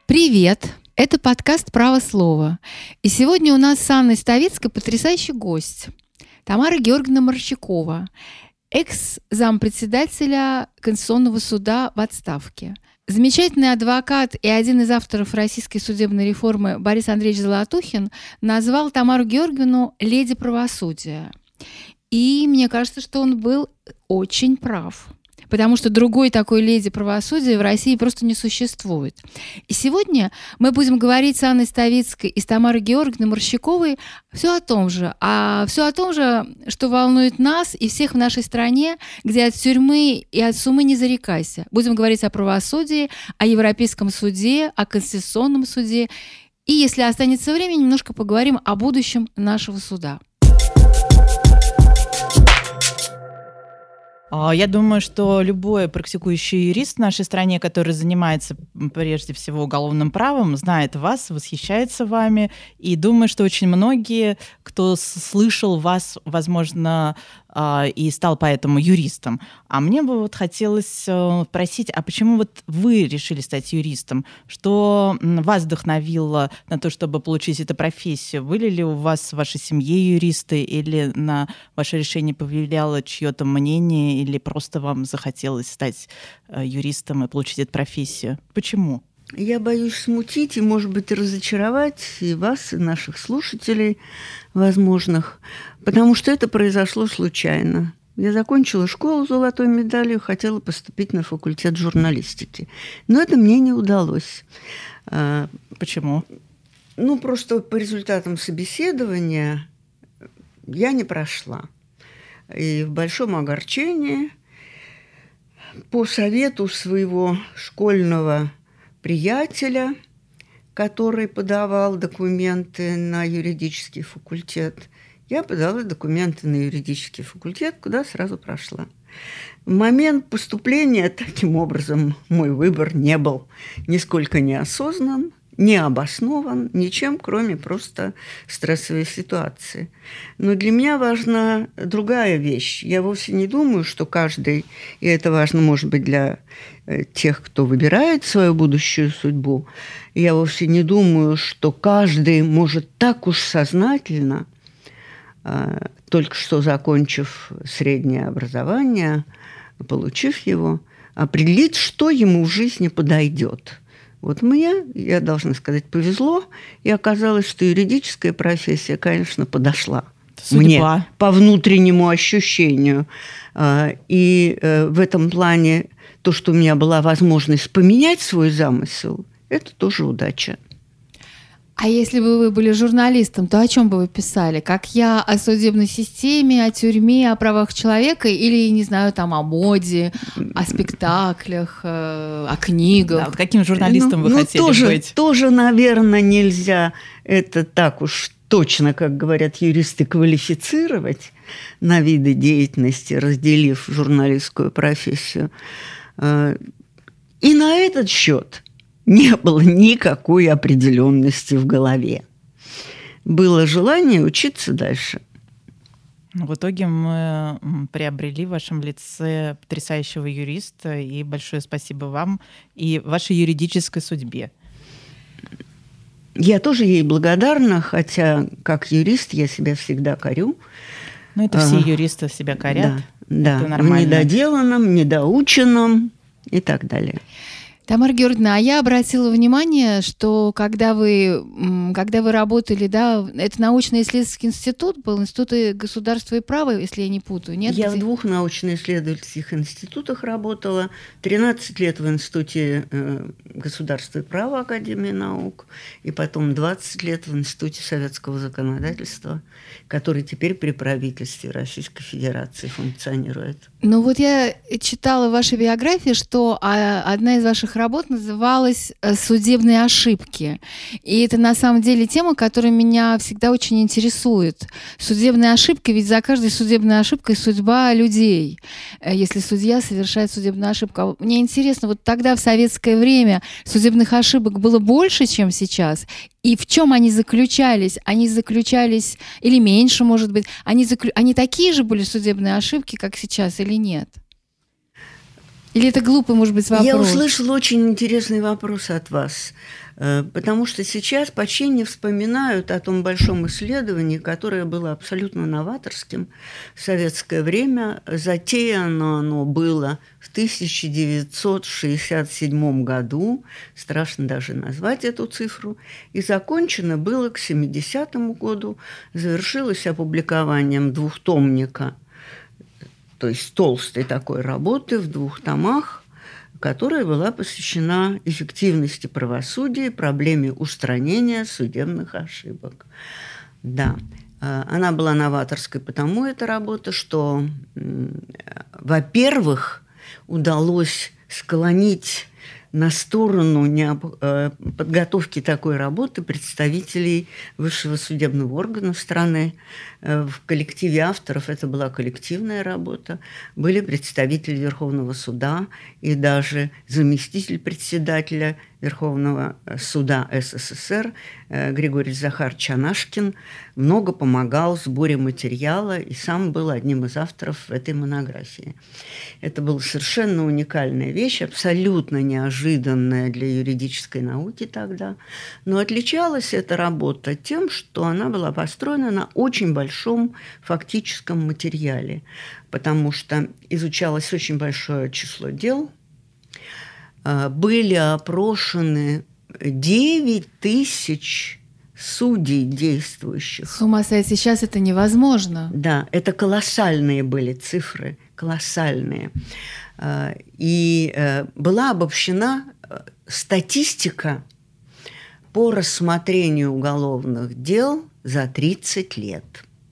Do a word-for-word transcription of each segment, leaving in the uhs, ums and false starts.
Привет! Это подкаст «Право слова». И сегодня у нас с Анной Ставицкой потрясающий гость. Тамара Георгиевна Марщакова, экс-зампредседателя Конституционного суда в отставке. Замечательный адвокат и один из авторов российской судебной реформы Борис Андреевич Золотухин назвал Тамару Георгиевну «леди правосудия». И мне кажется, что он был очень прав. Потому что другой такой леди правосудия в России просто не существует. И сегодня мы будем говорить с Анной Ставицкой и с Тамарой Георгиевной Марщаковой все о том же. А все о том же, что волнует нас и всех в нашей стране, где от тюрьмы и от сумы не зарекайся. Будем говорить о правосудии, о Европейском суде, о Конституционном суде. И, если останется время, немножко поговорим о будущем нашего суда. Я думаю, что любой практикующий юрист в нашей стране, который занимается прежде всего уголовным правом, знает вас, восхищается вами, и думаю, что очень многие, кто слышал вас, возможно, и стал поэтому юристом. А мне бы вот хотелось спросить, а почему вот вы решили стать юристом? Что вас вдохновило на то, чтобы получить эту профессию? Были ли у вас в вашей семье юристы, или на ваше решение повлияло чье-то мнение, или просто вам захотелось стать юристом и получить эту профессию? Почему? Я боюсь смутить и, может быть, разочаровать и вас, и наших слушателей возможных, потому что это произошло случайно. Я закончила школу с золотой медалью, хотела поступить на факультет журналистики. Но это мне не удалось. Почему? Ну, просто по результатам собеседования я не прошла. И в большом огорчении по совету своего школьного приятеля, который подавал документы на юридический факультет, я подала документы на юридический факультет, куда сразу прошла. В момент поступления, таким образом, мой выбор не был нисколько неосознан, не обоснован ничем, кроме просто стрессовой ситуации. Но для меня важна другая вещь. Я вовсе не думаю, что каждый, и это важно, может быть, для тех, кто выбирает свою будущую судьбу, я вовсе не думаю, что каждый может так уж сознательно, только что закончив среднее образование, получив его, определить, что ему в жизни подойдет. Вот мне, я должна сказать, повезло, и оказалось, что юридическая профессия, конечно, подошла. Судьба. Мне по внутреннему ощущению. И в этом плане то, что у меня была возможность поменять свой замысел, это тоже удача. А если бы вы были журналистом, то о чем бы вы писали? Как я, о судебной системе, о тюрьме, о правах человека или, не знаю, там, о моде, о спектаклях, о книгах? Да, вот каким журналистом ну, вы ну, хотели тоже, быть? Тоже, наверное, нельзя это так уж точно, как говорят юристы, квалифицировать на виды деятельности, разделив журналистскую профессию. И на этот счет не было никакой определенности в голове. Было желание учиться дальше. В итоге мы приобрели в вашем лице потрясающего юриста, и большое спасибо вам и вашей юридической судьбе. Я тоже ей благодарна, хотя как юрист я себя всегда корю. Ну, это все а, юристы себя корят. Да, это да, нормально. В недоделанном, недоученном и так далее. Тамара Георгиевна, а я обратила внимание, что когда вы, когда вы работали, да, это научно-исследовательский институт был, Институт государства и права, если я не путаю, нет? Я в двух научно-исследовательских институтах работала, тринадцать лет в Институте государства и права Академии наук, и потом двадцать лет в Институте советского законодательства, который теперь при правительстве Российской Федерации функционирует. Ну вот я читала в вашей биографии, что одна из ваших работ называлась «Судебные ошибки». И это на самом деле тема, которая меня всегда очень интересует. Судебные ошибки, ведь за каждой судебной ошибкой судьба людей, если судья совершает судебную ошибку. Мне интересно, вот тогда в советское время судебных ошибок было больше, чем сейчас? И в чем они заключались? Они заключались, или меньше, может быть, они, заклю... они такие же были судебные ошибки, как сейчас, или нет? Или это глупый, может быть, вопрос? Я услышала очень интересный вопрос от вас, потому что сейчас почти не вспоминают о том большом исследовании, которое было абсолютно новаторским в советское время. Затеяно оно было в тысяча девятьсот шестьдесят седьмом году, страшно даже назвать эту цифру, и закончено было к семидесятому году, завершилось опубликованием двухтомника, то есть толстой такой работы в двух томах, которая была посвящена эффективности правосудия и проблеме устранения судебных ошибок. Да, она была новаторской потому, эта работа, что, во-первых, удалось склонить на сторону подготовки такой работы представителей высшего судебного органа страны. В коллективе авторов, это была коллективная работа, были представители Верховного суда и даже заместитель председателя Верховного суда СССР Григорий Захарович Анашкин много помогал в сборе материала и сам был одним из авторов этой монографии. Это была совершенно уникальная вещь, абсолютно неожиданная для юридической науки тогда, но отличалась эта работа тем, что она была построена на очень большом фактическом материале, потому что изучалось очень большое число дел, были опрошены девять тысяч судей действующих. С ума сойти, сейчас это невозможно. Да, это колоссальные были цифры, колоссальные. И была обобщена статистика по рассмотрению уголовных дел за тридцать лет.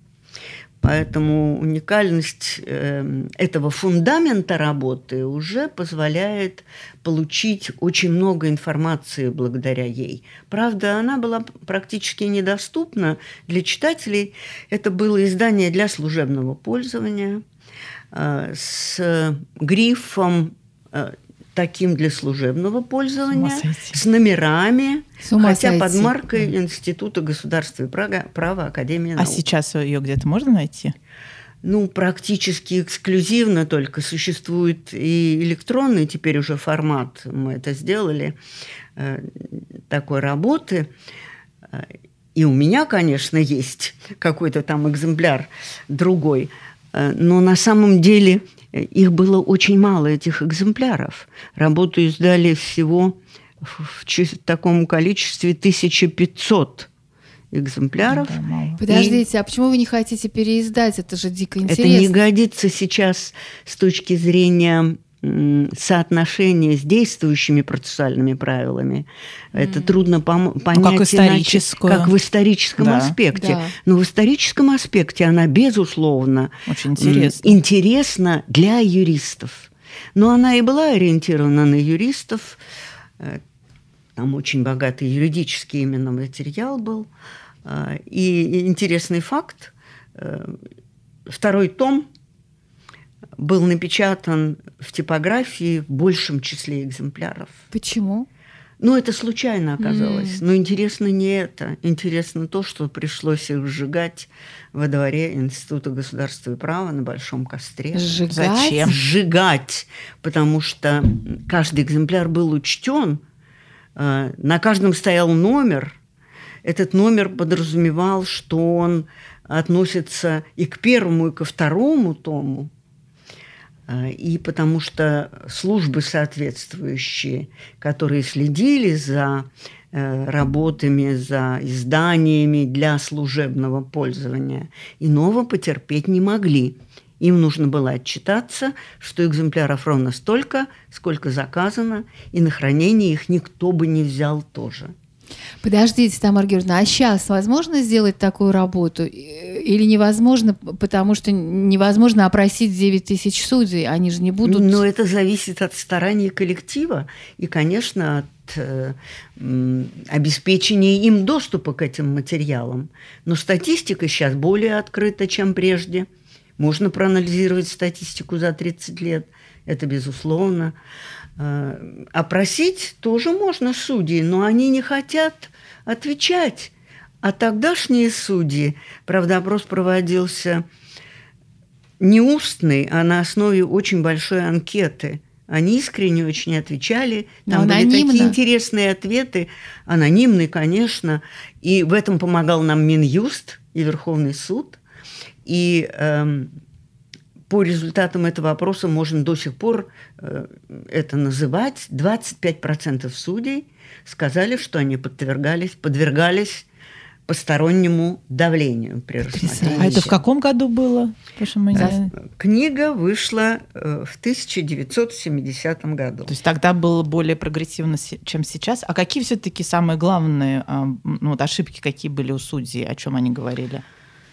Поэтому уникальность э, этого фундамента работы уже позволяет получить очень много информации благодаря ей. Правда, она была практически недоступна для читателей. Это было издание для служебного пользования э, с грифом э, таким для служебного пользования, с номерами, хотя сойти. Под маркой да. Института государства и права, права Академии наук. А сейчас ее где-то можно найти? Ну, практически эксклюзивно только. Существует и электронный теперь уже формат. Мы это сделали, э, такой работы. И у меня, конечно, есть какой-то там экземпляр другой. Но на самом деле их было очень мало, этих экземпляров. Работу издали всего в таком количестве тысяча пятьсот экземпляров. Подождите, и... а почему вы не хотите переиздать? Это же дико интересно. Это не годится сейчас с точки зрения соотношения с действующими процессуальными правилами. Mm. Это трудно пом- понять, ну, как, иначе, как в историческом да. аспекте. Да. Но в историческом аспекте она, безусловно, очень интересна. интересна для юристов. Но она и была ориентирована на юристов. Там очень богатый юридический именно материал был. И интересный факт. Второй том был напечатан в типографии в большем числе экземпляров. Почему? Ну, это случайно оказалось. Mm. Но интересно не это. Интересно то, что пришлось их сжигать во дворе Института государства и права на Большом костре. Сжигать? Зачем? Сжигать, потому что каждый экземпляр был учтен. На каждом стоял номер. Этот номер подразумевал, что он относится и к первому, и ко второму тому. И потому что службы соответствующие, которые следили за работами, за изданиями для служебного пользования, иного потерпеть не могли. Им нужно было отчитаться, что экземпляров ровно столько, сколько заказано, и на хранение их никто бы не взял тоже. Подождите, Тамара Георгиевна, а сейчас возможно сделать такую работу? Или невозможно, потому что невозможно опросить девять тысяч судей, они же не будут... Но это зависит от стараний коллектива и, конечно, от э, обеспечения им доступа к этим материалам. Но статистика сейчас более открыта, чем прежде. Можно проанализировать статистику за тридцать лет, это безусловно. Опросить тоже можно судей, но они не хотят отвечать. А тогдашние судьи, правда, опрос проводился не устный, а на основе очень большой анкеты. Они искренне очень отвечали. Там Но были анонимно. такие интересные ответы. Анонимные, конечно. И в этом помогал нам Минюст и Верховный суд. И эм, по результатам этого опроса можно до сих пор э, это называть. двадцать пять процентов судей сказали, что они подвергались, подвергались постороннему давлению при рассмотрении. А это в каком году было? Мы не... Книга вышла в тысяча девятьсот семидесятом году. То есть тогда было более прогрессивно, чем сейчас. А какие все-таки самые главные ну, вот ошибки, какие были у судей, о чем они говорили?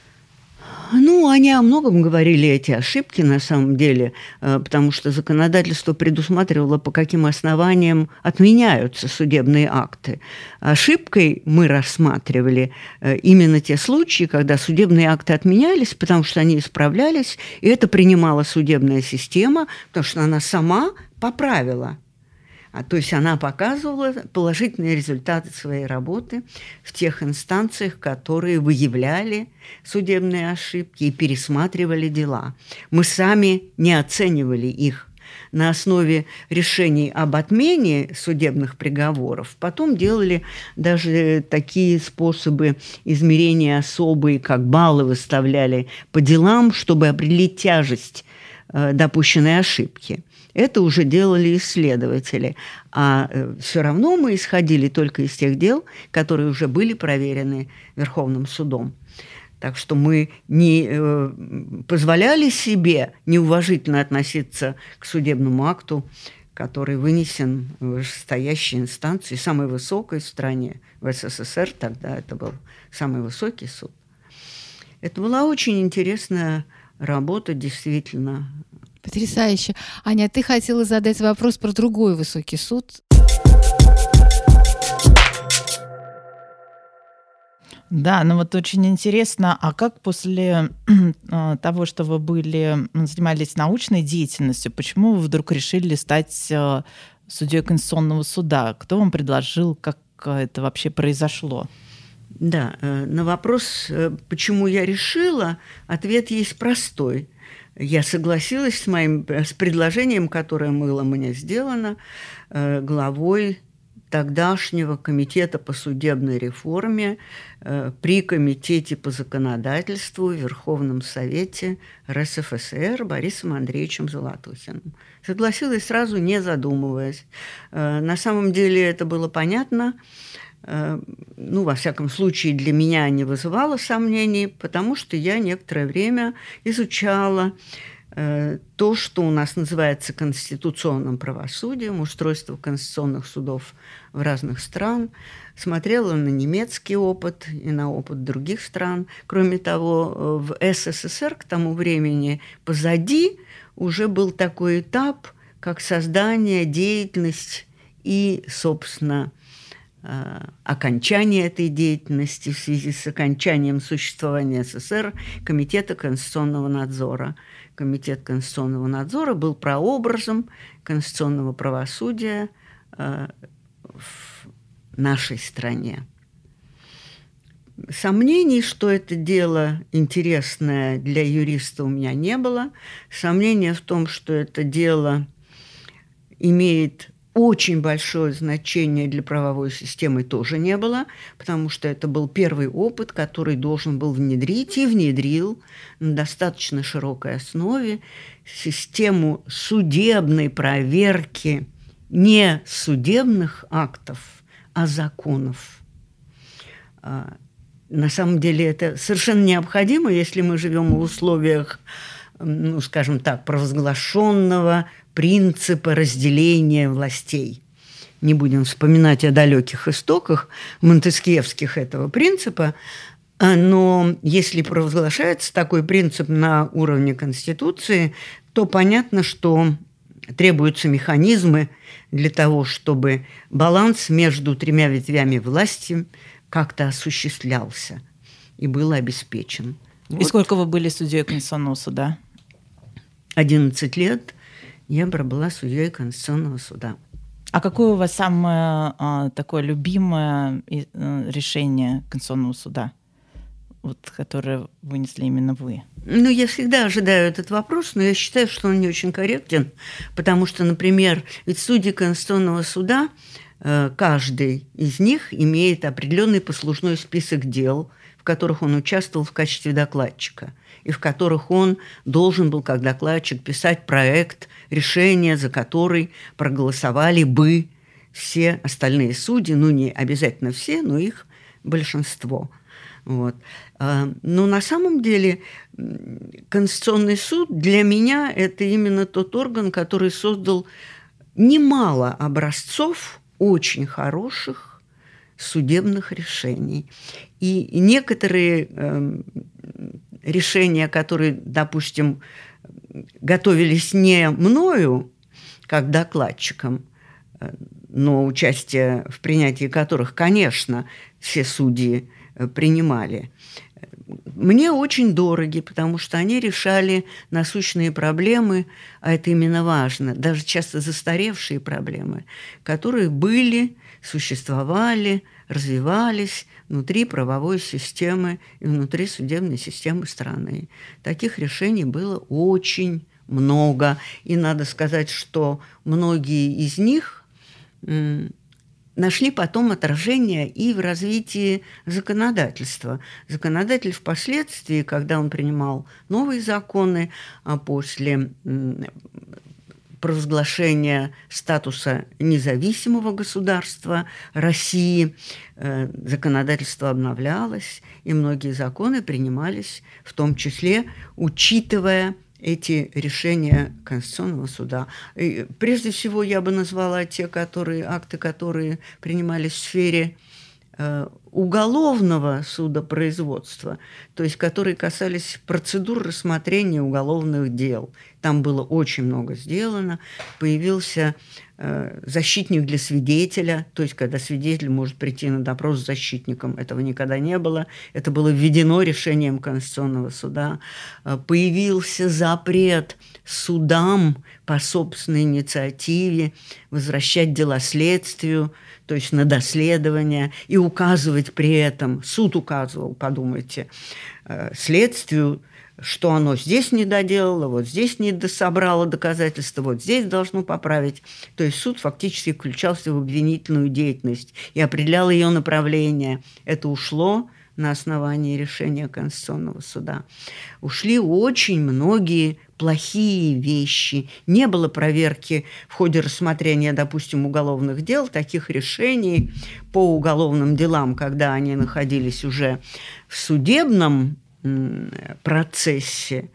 Ну, они о многом говорили, эти ошибки, на самом деле, потому что законодательство предусматривало, по каким основаниям отменяются судебные акты. Ошибкой мы рассматривали именно те случаи, когда судебные акты отменялись, потому что они исправлялись, и это принимала судебная система, потому что она сама поправила. А, то есть она показывала положительные результаты своей работы в тех инстанциях, которые выявляли судебные ошибки и пересматривали дела. Мы сами не оценивали их на основе решений об отмене судебных приговоров. Потом делали даже такие способы измерения особые, как баллы выставляли по делам, чтобы определить тяжесть э, допущенной ошибки. Это уже делали исследователи. А все равно мы исходили только из тех дел, которые уже были проверены Верховным судом. Так что мы не э, позволяли себе неуважительно относиться к судебному акту, который вынесен в вышестоящей инстанции, самой высокой в стране, в СССР тогда это был самый высокий суд. Это была очень интересная работа, действительно. Потрясающе. Аня, ты хотела задать вопрос про другой высокий суд. Да, ну вот очень интересно, а как после того, что вы были, занимались научной деятельностью, почему вы вдруг решили стать судьей Конституционного суда? Кто вам предложил, как это вообще произошло? Да, на вопрос, почему я решила, ответ есть простой. Я согласилась с моим с предложением, которое было мне сделано главой тогдашнего комитета по судебной реформе при комитете по законодательству в Верховном Совете РСФСР Борисом Андреевичем Золотухиным. Согласилась сразу, не задумываясь. На самом деле это было понятно. Ну, во всяком случае, для меня не вызывало сомнений, потому что я некоторое время изучала э, то, что у нас называется конституционным правосудием, устройство конституционных судов в разных стран, смотрела на немецкий опыт и на опыт других стран. Кроме того, в СССР к тому времени позади уже был такой этап, как создание, деятельность и, собственно, окончание этой деятельности в связи с окончанием существования СССР Комитета конституционного надзора. Комитет конституционного надзора был прообразом конституционного правосудия в нашей стране. Сомнений, что это дело интересное для юриста, у меня не было. Сомнения в том, что это дело имеет очень большое значение для правовой системы, тоже не было, потому что это был первый опыт, который должен был внедрить и внедрил на достаточно широкой основе систему судебной проверки не судебных актов, а законов. На самом деле это совершенно необходимо, если мы живем в условиях, ну, скажем так, провозглашенного принципа разделения властей. Не будем вспоминать о далеких истоках монтескьевских этого принципа, но если провозглашается такой принцип на уровне Конституции, то понятно, что требуются механизмы для того, чтобы баланс между тремя ветвями власти как-то осуществлялся и был обеспечен. И вот. Сколько вы были судьей Конституционного суда? одиннадцать лет я пробыла судьей Конституционного суда. А какое у вас самое а, такое любимое а, решение Конституционного суда? вот, которое вынесли именно вы? Ну, я всегда ожидаю этот вопрос, но я считаю, что он не очень корректен, потому что, например, ведь судьи Конституционного суда, каждый из них имеет определенный послужной список дел, в которых он участвовал в качестве докладчика, и в которых он должен был, как докладчик, писать проект решения, за который проголосовали бы все остальные судьи, ну, не обязательно все, но их большинство. Вот. Но на самом деле Конституционный суд для меня – это именно тот орган, который создал немало образцов очень хороших судебных решений. И некоторые э, решения, которые, допустим, готовились не мною, как докладчиком, но участие в принятии которых, конечно, все судьи принимали, мне очень дороги, потому что они решали насущные проблемы, а это именно важно, даже часто застаревшие проблемы, которые были, существовали, развивались внутри правовой системы и внутри судебной системы страны. Таких решений было очень много. И надо сказать, что многие из них нашли потом отражение и в развитии законодательства. Законодатель впоследствии, когда он принимал новые законы, а после провозглашения статуса независимого государства России, законодательство обновлялось, и многие законы принимались, в том числе учитывая эти решения Конституционного суда. И прежде всего я бы назвала те которые, акты, которые принимались в сфере э, уголовного судопроизводства, то есть которые касались процедур рассмотрения уголовных дел. Там было очень много сделано. Появился э, защитник для свидетеля, то есть когда свидетель может прийти на допрос с защитником. Этого никогда не было. Это было введено решением Конституционного суда. Э, появился запрет судам по собственной инициативе возвращать дела следствию, то есть на доследование, и указывать при этом, суд указывал, подумайте, э, следствию, что оно здесь не доделало, вот здесь не дособрало доказательства, вот здесь должно поправить. То есть суд фактически включался в обвинительную деятельность и определял ее направление. Это ушло на основании решения Конституционного суда. Ушли очень многие плохие вещи. Не было проверки в ходе рассмотрения, допустим, уголовных дел, таких решений по уголовным делам, когда они находились уже в судебном процессе,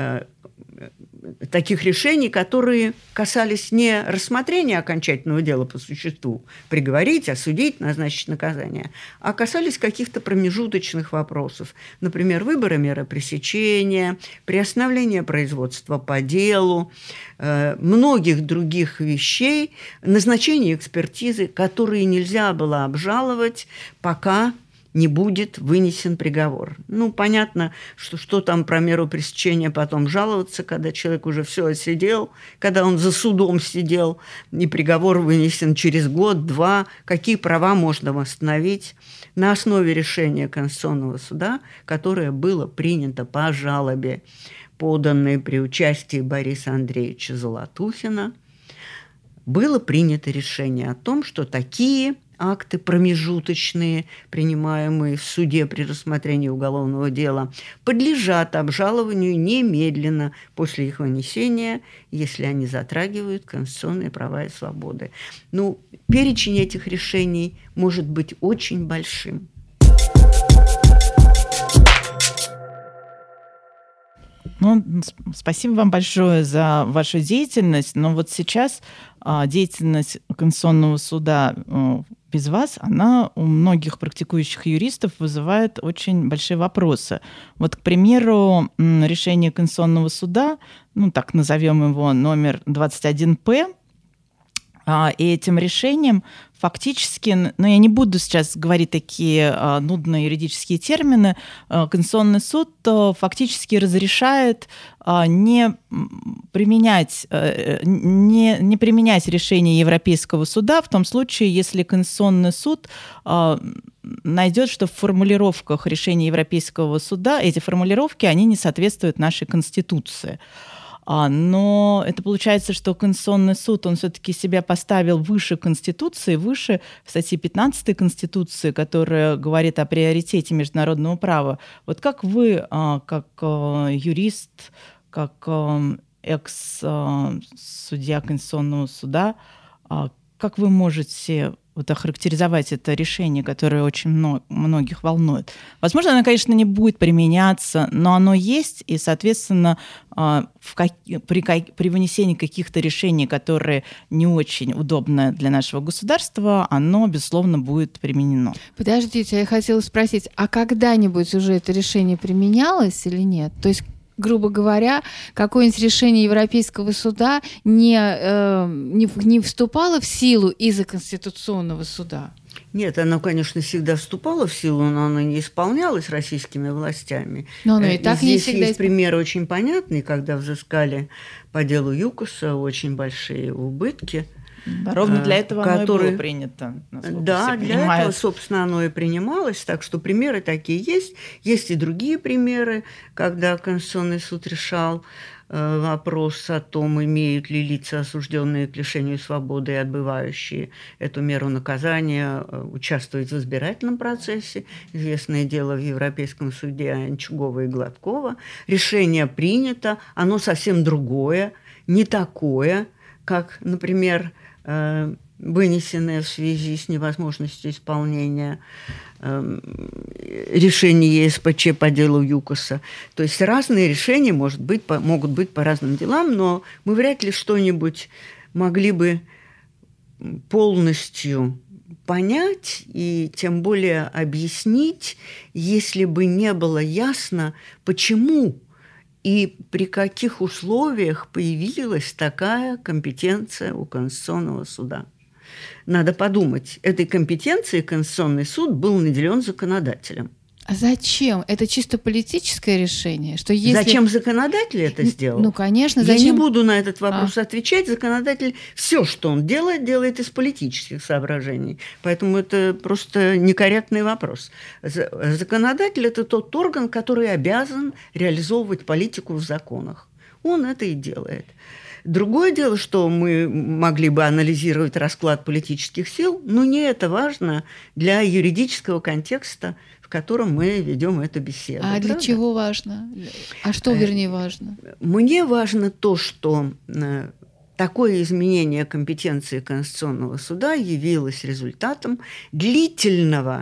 таких решений, которые касались не рассмотрения окончательного дела по существу, приговорить, осудить, назначить наказание, а касались каких-то промежуточных вопросов. Например, выбора меры пресечения, приостановления производства по делу, многих других вещей, назначения экспертизы, которые нельзя было обжаловать, пока не будет вынесен приговор. Ну, понятно, что, что там про меру пресечения потом жаловаться, когда человек уже все отсидел, когда он за судом сидел, и приговор вынесен через год-два, какие права можно восстановить на основе решения Конституционного суда, которое было принято по жалобе, поданной при участии Бориса Андреевича Золотухина. Было принято решение о том, что такие акты промежуточные, принимаемые в суде при рассмотрении уголовного дела, подлежат обжалованию немедленно после их вынесения, если они затрагивают конституционные права и свободы. Ну, перечень этих решений может быть очень большим. Ну, спасибо вам большое за вашу деятельность. Но вот сейчас а, деятельность Конституционного суда а, без вас, она у многих практикующих юристов вызывает очень большие вопросы. Вот, к примеру, решение Конституционного суда, ну, так назовем его, номер двадцать один П, и этим решением фактически, но я не буду сейчас говорить такие а, нудные юридические термины, а, Конституционный суд а, фактически разрешает а, не применять, а, не, не применять решение Европейского суда в том случае, если Конституционный суд а, найдет, что в формулировках решения Европейского суда эти формулировки, они не соответствуют нашей Конституции. Но это получается, что Конституционный суд, он все-таки себя поставил выше Конституции, выше статьи пятнадцатой Конституции, которая говорит о приоритете международного права. Вот как вы, как юрист, как экс-судья Конституционного суда, как вы можете вот охарактеризовать это решение, которое очень много, многих волнует? Возможно, оно, конечно, не будет применяться, но оно есть, и, соответственно, в как... при... при вынесении каких-то решений, которые не очень удобны для нашего государства, оно, безусловно, будет применено. Подождите, я хотела спросить, а когда-нибудь уже это решение применялось или нет? То есть, грубо говоря, какое-нибудь решение Европейского суда не, э, не, не вступало в силу из-за Конституционного суда? Нет, оно, конечно, всегда вступало в силу, но оно не исполнялось российскими властями. Но оно и так Здесь не всегда есть исп... пример очень понятный, когда взыскали по делу ЮКОСа очень большие убытки. Да, ровно для этого который... оно и было принято. Да, для понимают. этого, собственно, оно и принималось. Так что примеры такие есть. Есть и другие примеры, когда Конституционный суд решал э, вопрос о том, имеют ли лица, осужденные к лишению свободы и отбывающие эту меру наказания, э, участвовать в избирательном процессе. Известное дело в Европейском суде Анчугова и Гладкова. Решение принято, оно совсем другое, не такое, как, например, вынесенное в связи с невозможностью исполнения э, решения ЕСПЧ по делу ЮКОСа. То есть разные решения может быть, по, могут быть по разным делам, но мы вряд ли что-нибудь могли бы полностью понять и тем более объяснить, если бы не было ясно, почему и при каких условиях появилась такая компетенция у Конституционного суда. Надо подумать, этой компетенцией Конституционный суд был наделен законодателем. А зачем? Это чисто политическое решение? Что если... Зачем законодатель это сделал? Ну, конечно. Зачем... Я не зачем... буду на этот вопрос а. отвечать. Законодатель все, что он делает, делает из политических соображений. Поэтому это просто некорректный вопрос. Законодатель – это тот орган, который обязан реализовывать политику в законах. Он это и делает. Другое дело, что мы могли бы анализировать расклад политических сил, но не это важно для юридического контекста, в котором мы ведем эту беседу. А для правда? чего важно? А что, вернее, важно? Мне важно то, что такое изменение компетенции Конституционного суда явилось результатом длительного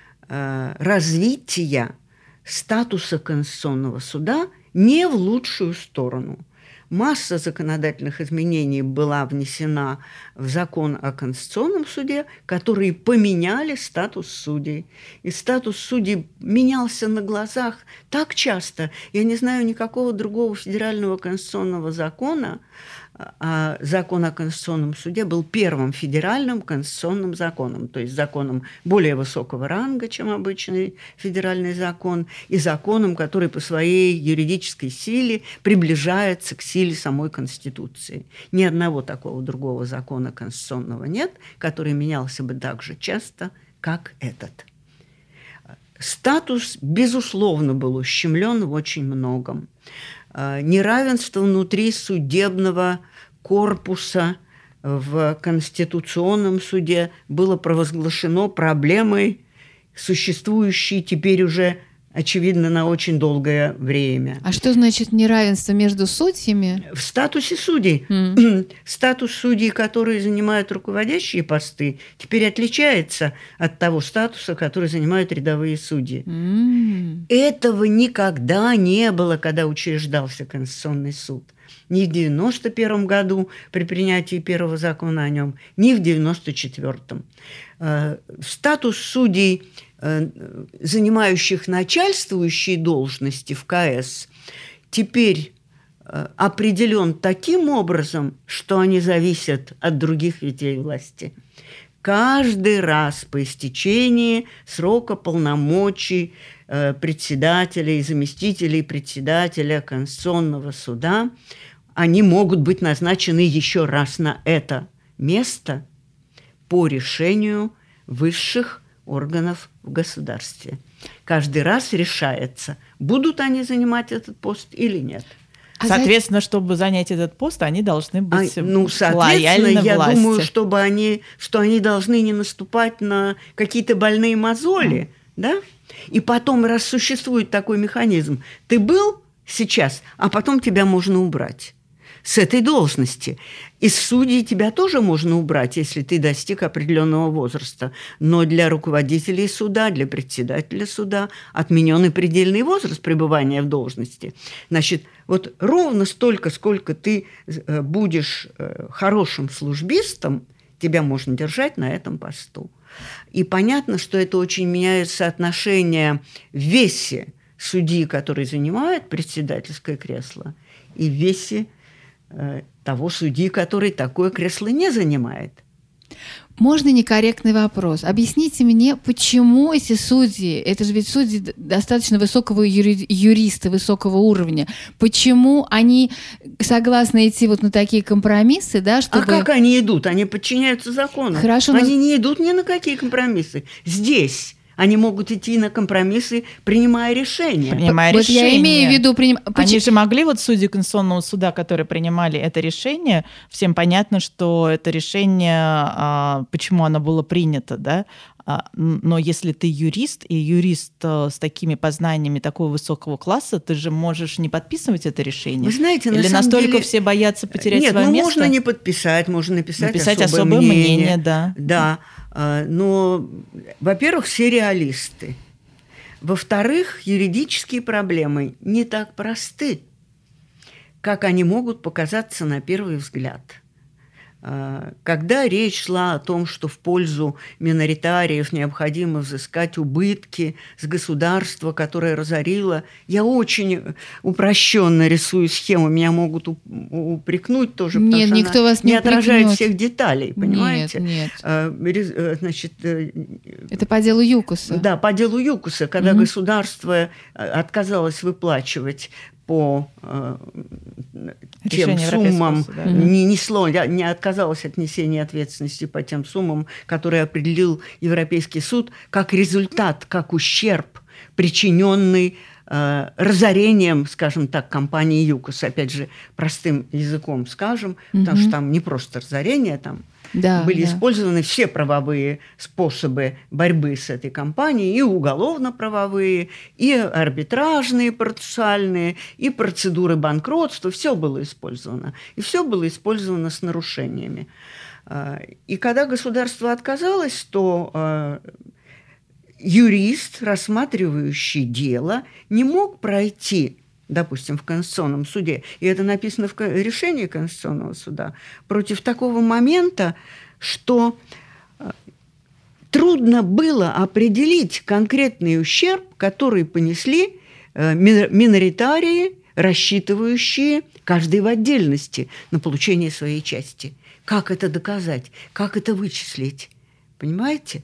развития статуса Конституционного суда не в лучшую сторону. Масса законодательных изменений была внесена в закон о Конституционном суде, которые поменяли статус судей. И статус судей менялся на глазах так часто. Я не знаю никакого другого федерального конституционного закона, а закон о Конституционном суде был первым федеральным конституционным законом, то есть законом более высокого ранга, чем обычный федеральный закон, и законом, который по своей юридической силе приближается к силе самой Конституции. Ни одного такого другого закона конституционного нет, который менялся бы так же часто, как этот. Статус, безусловно, был ущемлен в очень многом. Неравенство внутри судебного корпуса в Конституционном суде было провозглашено проблемой, существующей теперь уже, очевидно, на очень долгое время. А что значит неравенство между судьями? В статусе судей. Mm. Статус судей, которые занимают руководящие посты, теперь отличается от того статуса, который занимают рядовые судьи. Mm. Этого никогда не было, когда учреждался Конституционный суд. Ни в девяносто первом году при принятии первого закона о нем, ни в девяносто четвёртом. Статус судей, занимающих начальствующие должности в КС, теперь определен таким образом, что они зависят от других ветвей власти. каждый раз по истечении срока полномочий э, председателя и заместителей председателя Конституционного суда они могут быть назначены еще раз на это место по решению высших органов в государстве. Каждый раз решается, будут они занимать этот пост или нет. А соответственно, за... чтобы занять этот пост, они должны быть а, ну, лояльны я власти. думаю, чтобы они, что они должны не наступать на какие-то больные мозоли, mm. да? И потом, раз существует такой механизм, ты был сейчас, а потом тебя можно убрать с этой должности. Из судей тебя тоже можно убрать, если ты достиг определенного возраста. Но для руководителей суда, для председателя суда отменен и предельный возраст пребывания в должности. Значит, вот ровно столько, сколько ты будешь хорошим службистом, тебя можно держать на этом посту. И понятно, что это очень меняет соотношение в весе судьи, который занимает председательское кресло, и в весе того судьи, который такое кресло не занимает. Можно некорректный вопрос? Объясните мне, почему эти судьи, это же ведь судьи достаточно высокого юри, юриста, высокого уровня, почему они согласны идти вот на такие компромиссы, да, чтобы... А как они идут? Они подчиняются закону. Хорошо, они но... не идут ни на какие компромиссы. Здесь они могут идти на компромиссы, принимая решения. Принимая вот решения. Я имею в виду... Приним... Они же могли, вот судьи Конституционного суда, которые принимали это решение, всем понятно, что это решение, почему оно было принято, да? Но если ты юрист, и юрист с такими познаниями такого высокого класса, ты же можешь не подписывать это решение. Вы знаете, Или на самом настолько деле... все боятся потерять Нет, свое ну, место? Нет, можно не подписать, можно написать, написать особое, особое мнение. мнение, да. Да, но, во-первых, все реалисты. Во-вторых, юридические проблемы не так просты, как они могут показаться на первый взгляд. Когда речь шла о том, что в пользу миноритариев необходимо взыскать убытки с государства, которое разорило, я очень упрощенно рисую схему, меня могут упрекнуть тоже, потому нет, что никто она вас не не отражает упрекнет. Всех деталей, понимаете? Нет, нет. Значит, это по делу ЮКОСа. Да, по делу ЮКОСа, когда угу. государство отказалось выплачивать по э, тем суммам, суда, не несло, не отказалось от несения ответственности по тем суммам, которые определил Европейский суд, как результат, как ущерб, причиненный э, разорением, скажем так, компании ЮКОС. Опять же, простым языком скажем, угу. потому что там не просто разорение, там Да, были да. использованы все правовые способы борьбы с этой компанией, и уголовно-правовые, и арбитражные, процессуальные, и процедуры банкротства. Все было использовано. И все было использовано с нарушениями. И когда государство отказалось, то юрист, рассматривающий дело, не мог пройти, допустим, в Конституционном суде, и это написано в решении Конституционного суда, против такого момента, что трудно было определить конкретный ущерб, который понесли миноритарии, рассчитывающие, каждый в отдельности, на получение своей части. Как это доказать? Как это вычислить? Понимаете?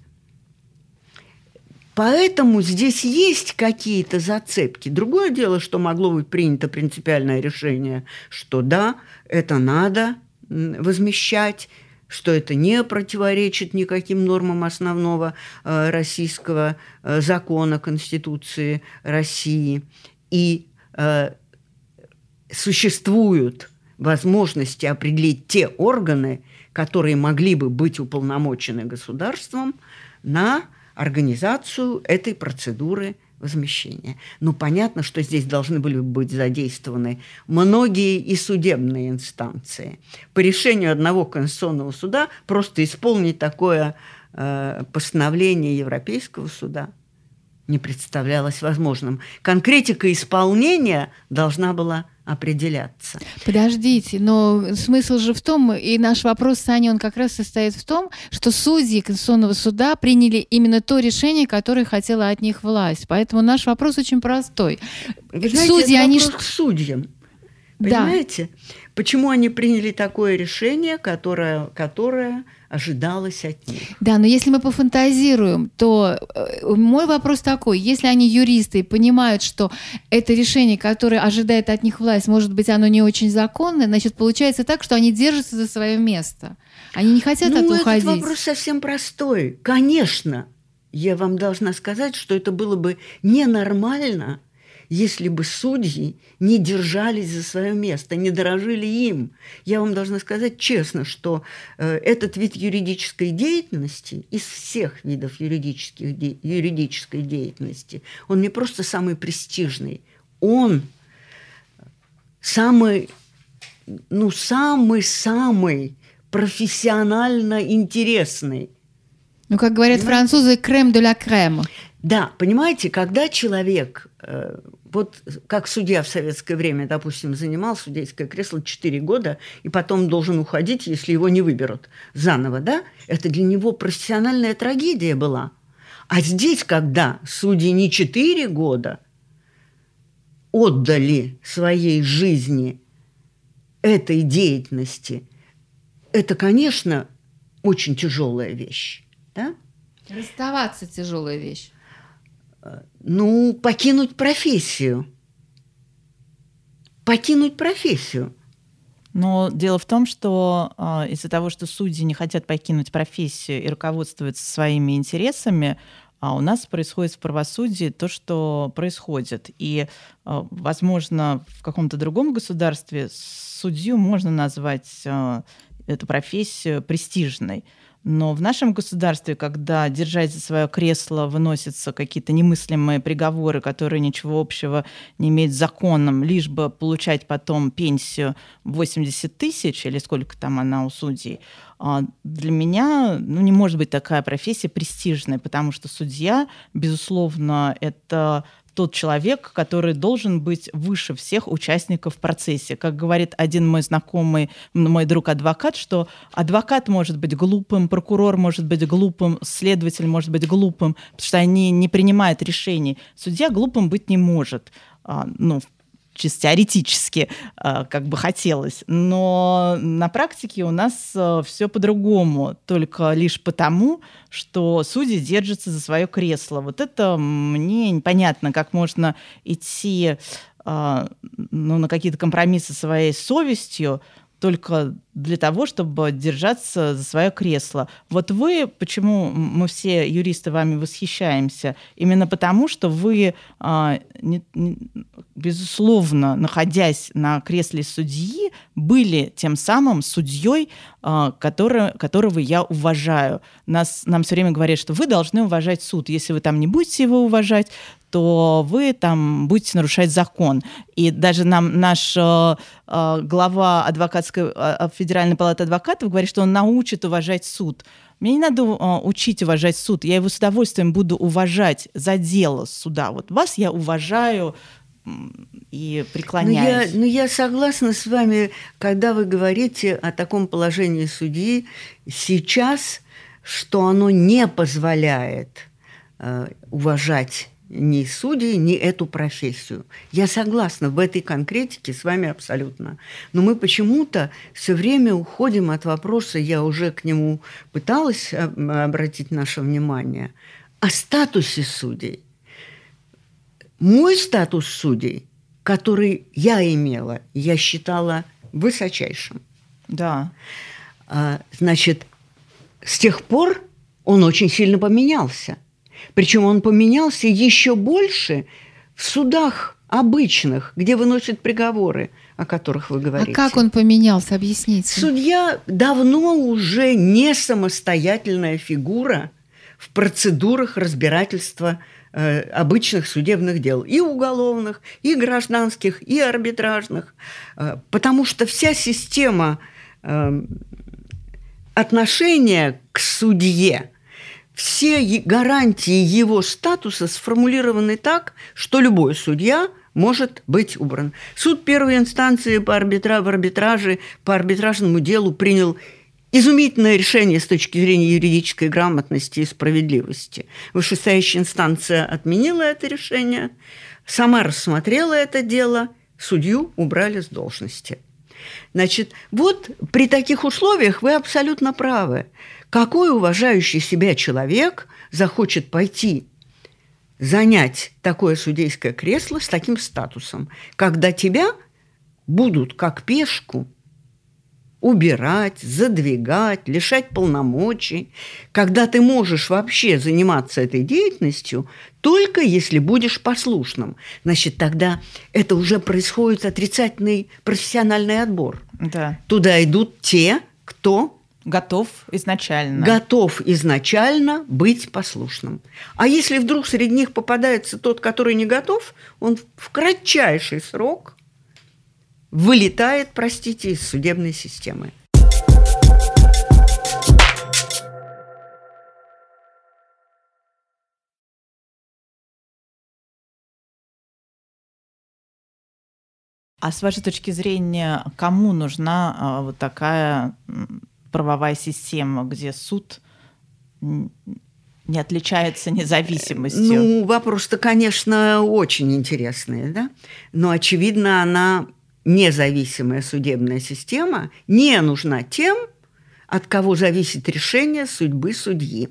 Поэтому здесь есть какие-то зацепки. Другое дело, что могло быть принято принципиальное решение, что да, это надо возмещать, что это не противоречит никаким нормам основного э, российского э, закона, Конституции России. И э, существуют возможности определить те органы, которые могли бы быть уполномочены государством на организацию этой процедуры возмещения. Ну, понятно, что здесь должны были быть задействованы многие и судебные инстанции. По решению одного Конституционного суда просто исполнить такое э, постановление Европейского суда не представлялось возможным. Конкретика исполнения должна была определяться. Подождите, но смысл же в том, и наш вопрос, Саня, он как раз состоит в том, что судьи Конституционного суда приняли именно то решение, которое хотела от них власть. Поэтому наш вопрос очень простой. Вы знаете, судьи, это они... вопрос к судьям. Понимаете? Да. Почему они приняли такое решение, которое, которое ожидалось от них. Да, но если мы пофантазируем, то мой вопрос такой: если они юристы и понимают, что это решение, которое ожидает от них власть, может быть, оно не очень законное, значит, получается так, что они держатся за свое место. Они не хотят ну, от уходить. Этот вопрос совсем простой. Конечно, я вам должна сказать, что это было бы ненормально, если бы судьи не держались за свое место, не дорожили им. Я вам должна сказать честно, что э, этот вид юридической деятельности, из всех видов юридических де- юридической деятельности, он не просто самый престижный, он самый, ну, самый-самый профессионально интересный. Ну, как говорят понимаете? Французы, крем де ла крем. Да, понимаете, когда человек, э, вот как судья в советское время, допустим, занимал судейское кресло четыре года и потом должен уходить, если его не выберут заново, да, это для него профессиональная трагедия была. А здесь, когда судьи не четыре года отдали своей жизни этой деятельности, это, конечно, очень тяжелая вещь, да? Расставаться тяжелая вещь. Ну, покинуть профессию. Покинуть профессию. Но дело в том, что э, из-за того, что судьи не хотят покинуть профессию и руководствуются своими интересами, а у нас происходит в правосудии то, что происходит. И, э, возможно, в каком-то другом государстве судью можно назвать э, эту профессию престижной. Но в нашем государстве, когда, держась за свое кресло, выносятся какие-то немыслимые приговоры, которые ничего общего не имеют с законом, лишь бы получать потом пенсию восемьдесят тысяч, или сколько там она у судей, для меня ну, не может быть такая профессия престижной, потому что судья, безусловно, это тот человек, который должен быть выше всех участников в процессе. Как говорит один мой знакомый, мой друг-адвокат, что адвокат может быть глупым, прокурор может быть глупым, следователь может быть глупым, потому что они не принимают решений. Судья глупым быть не может. Ну, чисто теоретически, как бы хотелось. Но на практике у нас все по-другому, только лишь потому, что судьи держатся за свое кресло. Вот это мне непонятно, как можно идти ну, на какие-то компромиссы со своей совестью только для того, чтобы держаться за свое кресло. Вот вы, почему мы все юристы вами восхищаемся? Именно потому, что вы, безусловно, находясь на кресле судьи, были тем самым судьей, который, которого я уважаю. Нас, нам все время говорят, что вы должны уважать суд. Если вы там не будете его уважать, то вы там будете нарушать закон. И даже нам наш э, э, глава адвокатской, э, Федеральной палаты адвокатов говорит, что он научит уважать суд. Мне не надо э, учить уважать суд. Я его с удовольствием буду уважать за дело суда. Вот вас я уважаю и преклоняюсь. Ну, я, ну, я согласна с вами, когда вы говорите о таком положении судьи сейчас, что оно не позволяет э, уважать ни судей, ни эту профессию. Я согласна в этой конкретике с вами абсолютно. Но мы почему-то все время уходим от вопроса, я уже к нему пыталась обратить наше внимание, о статусе судей. Мой статус судей, который я имела, я считала высочайшим. Да. Значит, с тех пор он очень сильно поменялся. Причем он поменялся еще больше в судах обычных, где выносят приговоры, о которых вы говорите. А как он поменялся? Объясните. Судья давно уже не самостоятельная фигура в процедурах разбирательства э, обычных судебных дел. И уголовных, и гражданских, и арбитражных. Э, потому что вся система э, отношения к судье, все гарантии его статуса сформулированы так, что любой судья может быть убран. Суд первой инстанции по арбитра... в арбитраже, по арбитражному делу принял изумительное решение с точки зрения юридической грамотности и справедливости. Вышестоящая инстанция отменила это решение, сама рассмотрела это дело, судью убрали с должности. Значит, вот при таких условиях вы абсолютно правы. Какой уважающий себя человек захочет пойти занять такое судейское кресло с таким статусом, когда тебя будут как пешку убирать, задвигать, лишать полномочий, когда ты можешь вообще заниматься этой деятельностью только если будешь послушным. Значит, тогда это уже происходит отрицательный профессиональный отбор. Да. Туда идут те, кто готов изначально. Готов изначально быть послушным. А если вдруг среди них попадается тот, который не готов, он в кратчайший срок вылетает, простите, из судебной системы. А с вашей точки зрения, кому нужна а, вот такая правовая система, где суд не отличается независимостью? Ну, вопрос-то, конечно, очень интересный, да? Но, очевидно, она, независимая судебная система, не нужна тем, от кого зависит решение судьбы судьи.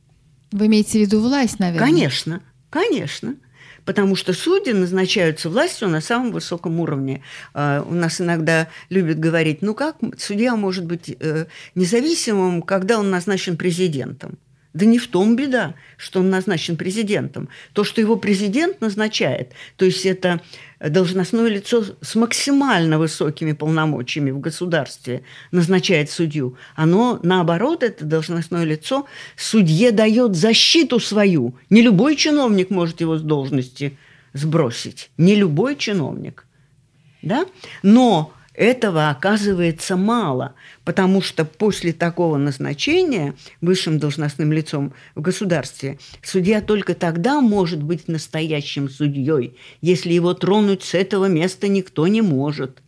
Вы имеете в виду власть, наверное? Конечно, конечно. Потому что судьи назначаются властью на самом высоком уровне. У нас иногда любят говорить, ну как судья может быть независимым, когда он назначен президентом? Да не в том беда, что он назначен президентом. То, что его президент назначает, то есть это должностное лицо с максимально высокими полномочиями в государстве назначает судью, оно, наоборот, это должностное лицо судье дает защиту свою. Не любой чиновник может его с должности сбросить. Не любой чиновник. Да? Но этого оказывается мало, потому что после такого назначения высшим должностным лицом в государстве судья только тогда может быть настоящим судьей, если его тронуть с этого места никто не может.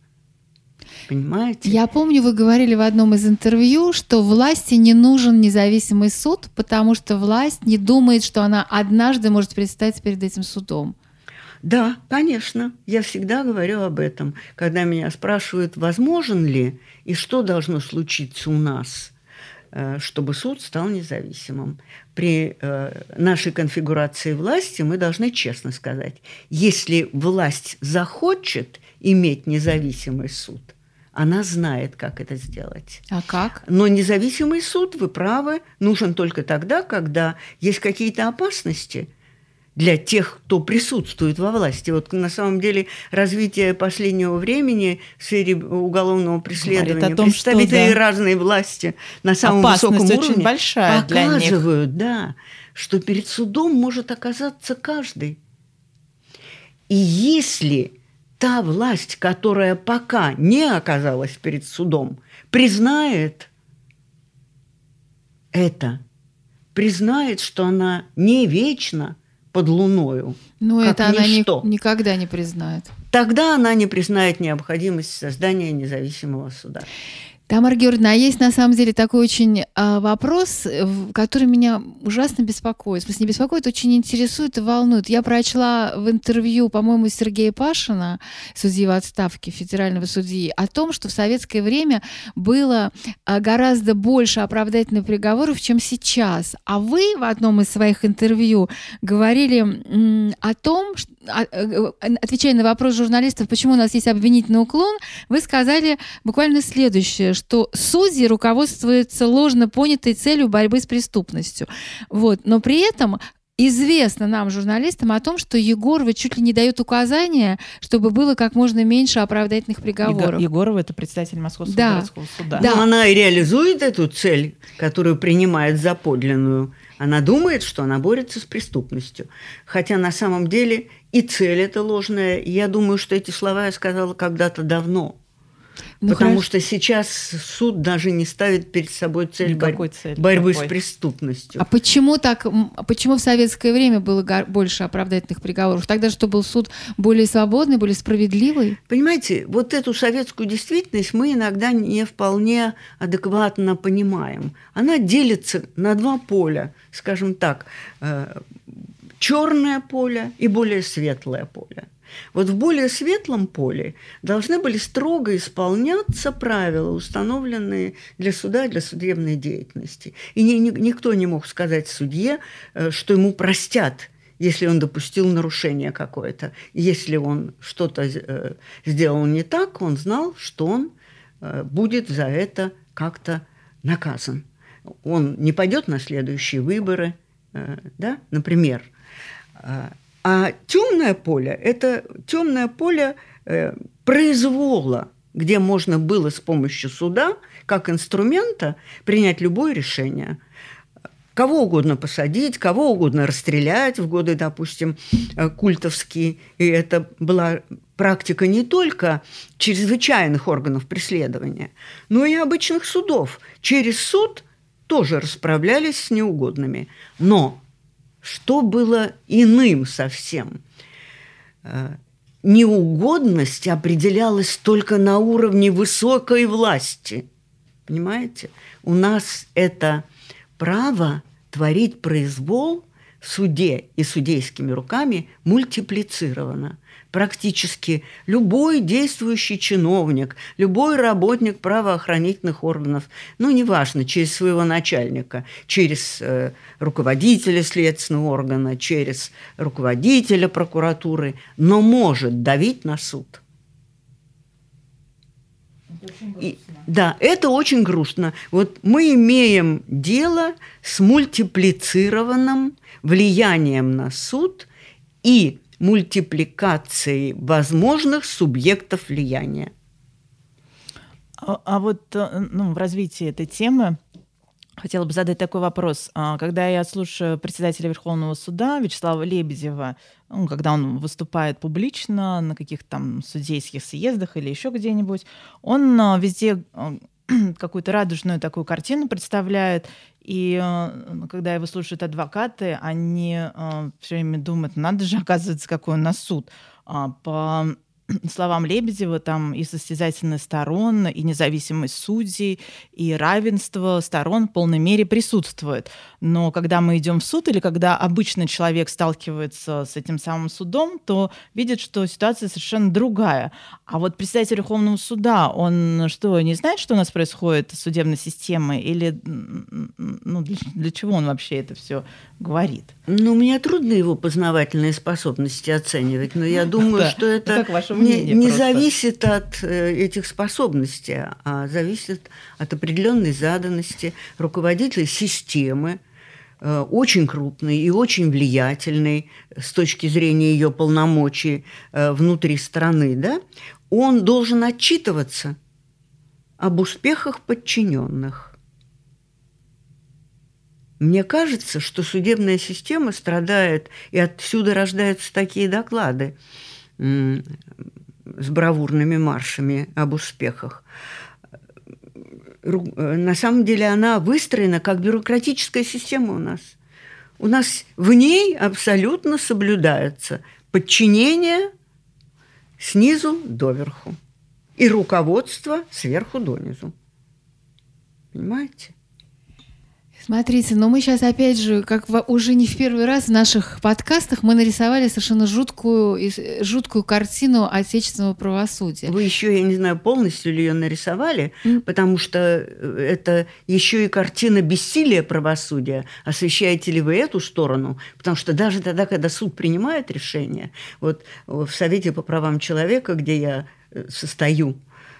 Понимаете? Я помню, вы говорили в одном из интервью, что власти не нужен независимый суд, потому что власть не думает, что она однажды может предстать перед этим судом. Да, конечно. Я всегда говорю об этом, когда меня спрашивают, возможен ли и что должно случиться у нас, чтобы суд стал независимым. При нашей конфигурации власти мы должны честно сказать, если власть захочет иметь независимый суд, она знает, как это сделать. А как? Но независимый суд, вы правы, нужен только тогда, когда есть какие-то опасности для тех, кто присутствует во власти. Вот на самом деле развитие последнего времени в сфере уголовного преследования, том, представители что, да, разной власти на самом опасность высоком уровне очень большая показывают, для них. Да, что перед судом может оказаться каждый. И если та власть, которая пока не оказалась перед судом, признает это, признает, что она не вечна под луною, Но как это она ни, ничто, никогда не признает. тогда она не признает необходимость создания независимого суда. Тамара Георгиевна, а есть на самом деле такой очень а, вопрос, который меня ужасно беспокоит. В смысле, не беспокоит, очень интересует и волнует. Я прочла в интервью, по-моему, Сергея Пашина, судьи в отставке, федерального судьи, о том, что в советское время было а, гораздо больше оправдательных приговоров, чем сейчас. А вы в одном из своих интервью говорили м, о том, что, а, отвечая на вопрос журналистов, почему у нас есть обвинительный уклон, вы сказали буквально следующее, что судьи руководствуются ложно понятой целью борьбы с преступностью. Вот. Но при этом известно нам, журналистам, о том, что Егорова чуть ли не дает указания, чтобы было как можно меньше оправдательных приговоров. Егорова – это председатель Московского да. городского суда. Да. Но она и реализует эту цель, которую принимает за подлинную. Она думает, что она борется с преступностью. Хотя на самом деле и цель эта ложная. И я думаю, что эти слова я сказала когда-то давно. Ну, потому хорошо. Что сейчас суд даже не ставит перед собой цель, борь... цель борьбы Какой? с преступностью. А почему так? Почему в советское время было больше оправдательных приговоров? Тогда что, был суд более свободный, более справедливый? Понимаете, вот эту советскую действительность мы иногда не вполне адекватно понимаем. Она делится на два поля, скажем так, черное поле и более светлое поле. Вот в более светлом поле должны были строго исполняться правила, установленные для суда, для судебной деятельности. И ни, ни, никто не мог сказать судье, что ему простят, если он допустил нарушение какое-то. Если он что-то э, сделал не так, он знал, что он э, будет за это как-то наказан. Он не пойдет на следующие выборы, э, да, например. А темное поле – это темное поле э, произвола, где можно было с помощью суда, как инструмента, принять любое решение. Кого угодно посадить, кого угодно расстрелять в годы, допустим, культовские. И это была практика не только чрезвычайных органов преследования, но и обычных судов. Через суд тоже расправлялись с неугодными. Но что было иным совсем? Неугодность определялась только на уровне высокой власти. Понимаете? У нас это право творить произвол в суде и судейскими руками мультиплицировано. Практически любой действующий чиновник, любой работник правоохранительных органов, ну, неважно, через своего начальника, через э, руководителя следственного органа, через руководителя прокуратуры, но может давить на суд. И, да, это очень грустно. Вот мы имеем дело с мультиплицированным влиянием на суд и мультипликацией возможных субъектов влияния. А, а вот ну, в развитии этой темы хотела бы задать такой вопрос. Когда я слушаю председателя Верховного суда Вячеслава Лебедева, ну, когда он выступает публично на каких-то там судейских съездах или еще где-нибудь, он везде какую-то радужную такую картину представляет. И когда его слушают адвокаты, они все время думают, надо же, оказывается, какой у нас суд. По словам Лебедева, там и состязательность сторон, и независимость судей, и равенство сторон в полной мере присутствует. Но когда мы идем в суд, или когда обычный человек сталкивается с этим самым судом, то видит, что ситуация совершенно другая. А вот председатель Верховного суда, он что, не знает, что у нас происходит с судебной системой? Или ну, для, для чего он вообще это все говорит? Ну, мне трудно его познавательные способности оценивать, но я думаю, что это не, не зависит от э, этих способностей, а зависит от определенной заданности руководителя системы, э, очень крупной и очень влиятельной с точки зрения ее полномочий э, внутри страны, да? Он должен отчитываться об успехах подчиненных. Мне кажется, что судебная система страдает, и отсюда рождаются такие доклады с бравурными маршами об успехах. На самом деле она выстроена как бюрократическая система у нас. У нас в ней абсолютно соблюдается подчинение снизу доверху и руководство сверху донизу. Понимаете? Смотрите, но мы сейчас опять же, как в, уже не в первый раз в наших подкастах, мы нарисовали совершенно жуткую, жуткую картину отечественного правосудия. Вы еще, я не знаю, полностью ли ее нарисовали, mm. потому что это еще и картина бессилия правосудия. Освещаете ли вы эту сторону? Потому что даже тогда, когда суд принимает решение, вот в Совете по правам человека, где я состою,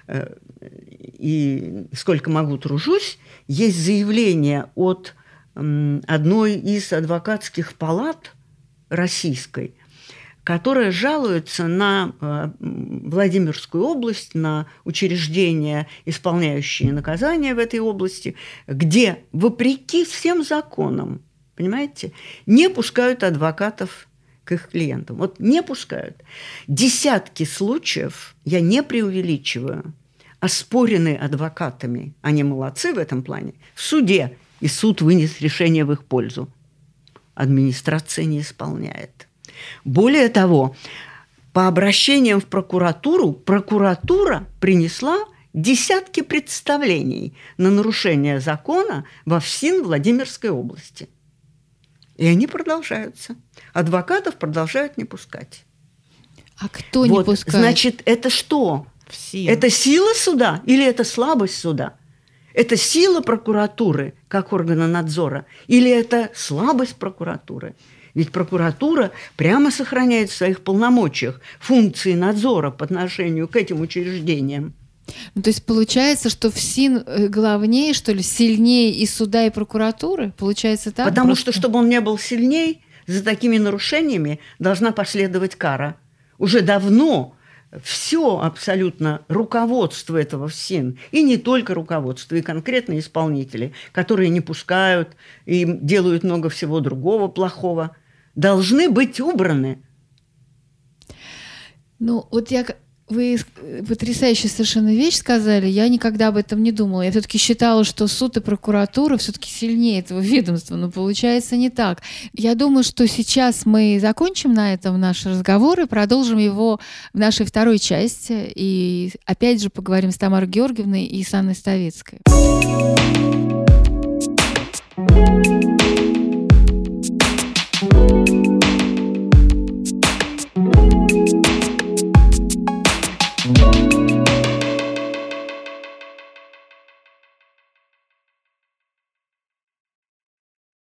и сколько могу тружусь, есть заявление от одной из адвокатских палат российской, которая жалуется на Владимирскую область, на учреждения, исполняющие наказания в этой области, где, вопреки всем законам, понимаете, не пускают адвокатов к их клиентам. Вот не пускают. Десятки случаев, я не преувеличиваю, оспорены адвокатами, они молодцы в этом плане, в суде, и суд вынес решение в их пользу. Администрация не исполняет. Более того, по обращениям в прокуратуру, прокуратура принесла десятки представлений на нарушение закона во ФСИН Владимирской области. И они продолжаются. Адвокатов продолжают не пускать. А кто не вот, пускает? Значит, это что? Все. Это сила суда или это слабость суда? Это сила прокуратуры как органа надзора или это слабость прокуратуры? Ведь прокуратура прямо сохраняет в своих полномочиях функции надзора по отношению к этим учреждениям. Ну, то есть получается, что ФСИН главнее, что ли, сильнее и суда, и прокуратуры? Получается так? Потому Просто... что, чтобы он не был сильней, за такими нарушениями должна последовать кара. Уже давно все абсолютно руководство этого ФСИН, и не только руководство, и конкретные исполнители, которые не пускают и делают много всего другого плохого, должны быть убраны. Ну, вот я... Вы потрясающую совершенно вещь сказали. Я никогда об этом не думала. Я все-таки считала, что суд и прокуратура все-таки сильнее этого ведомства, но получается не так. Я думаю, что сейчас мы закончим на этом наш разговор и продолжим его в нашей второй части. И опять же поговорим с Тамарой Георгиевной и с Анной Ставицкой.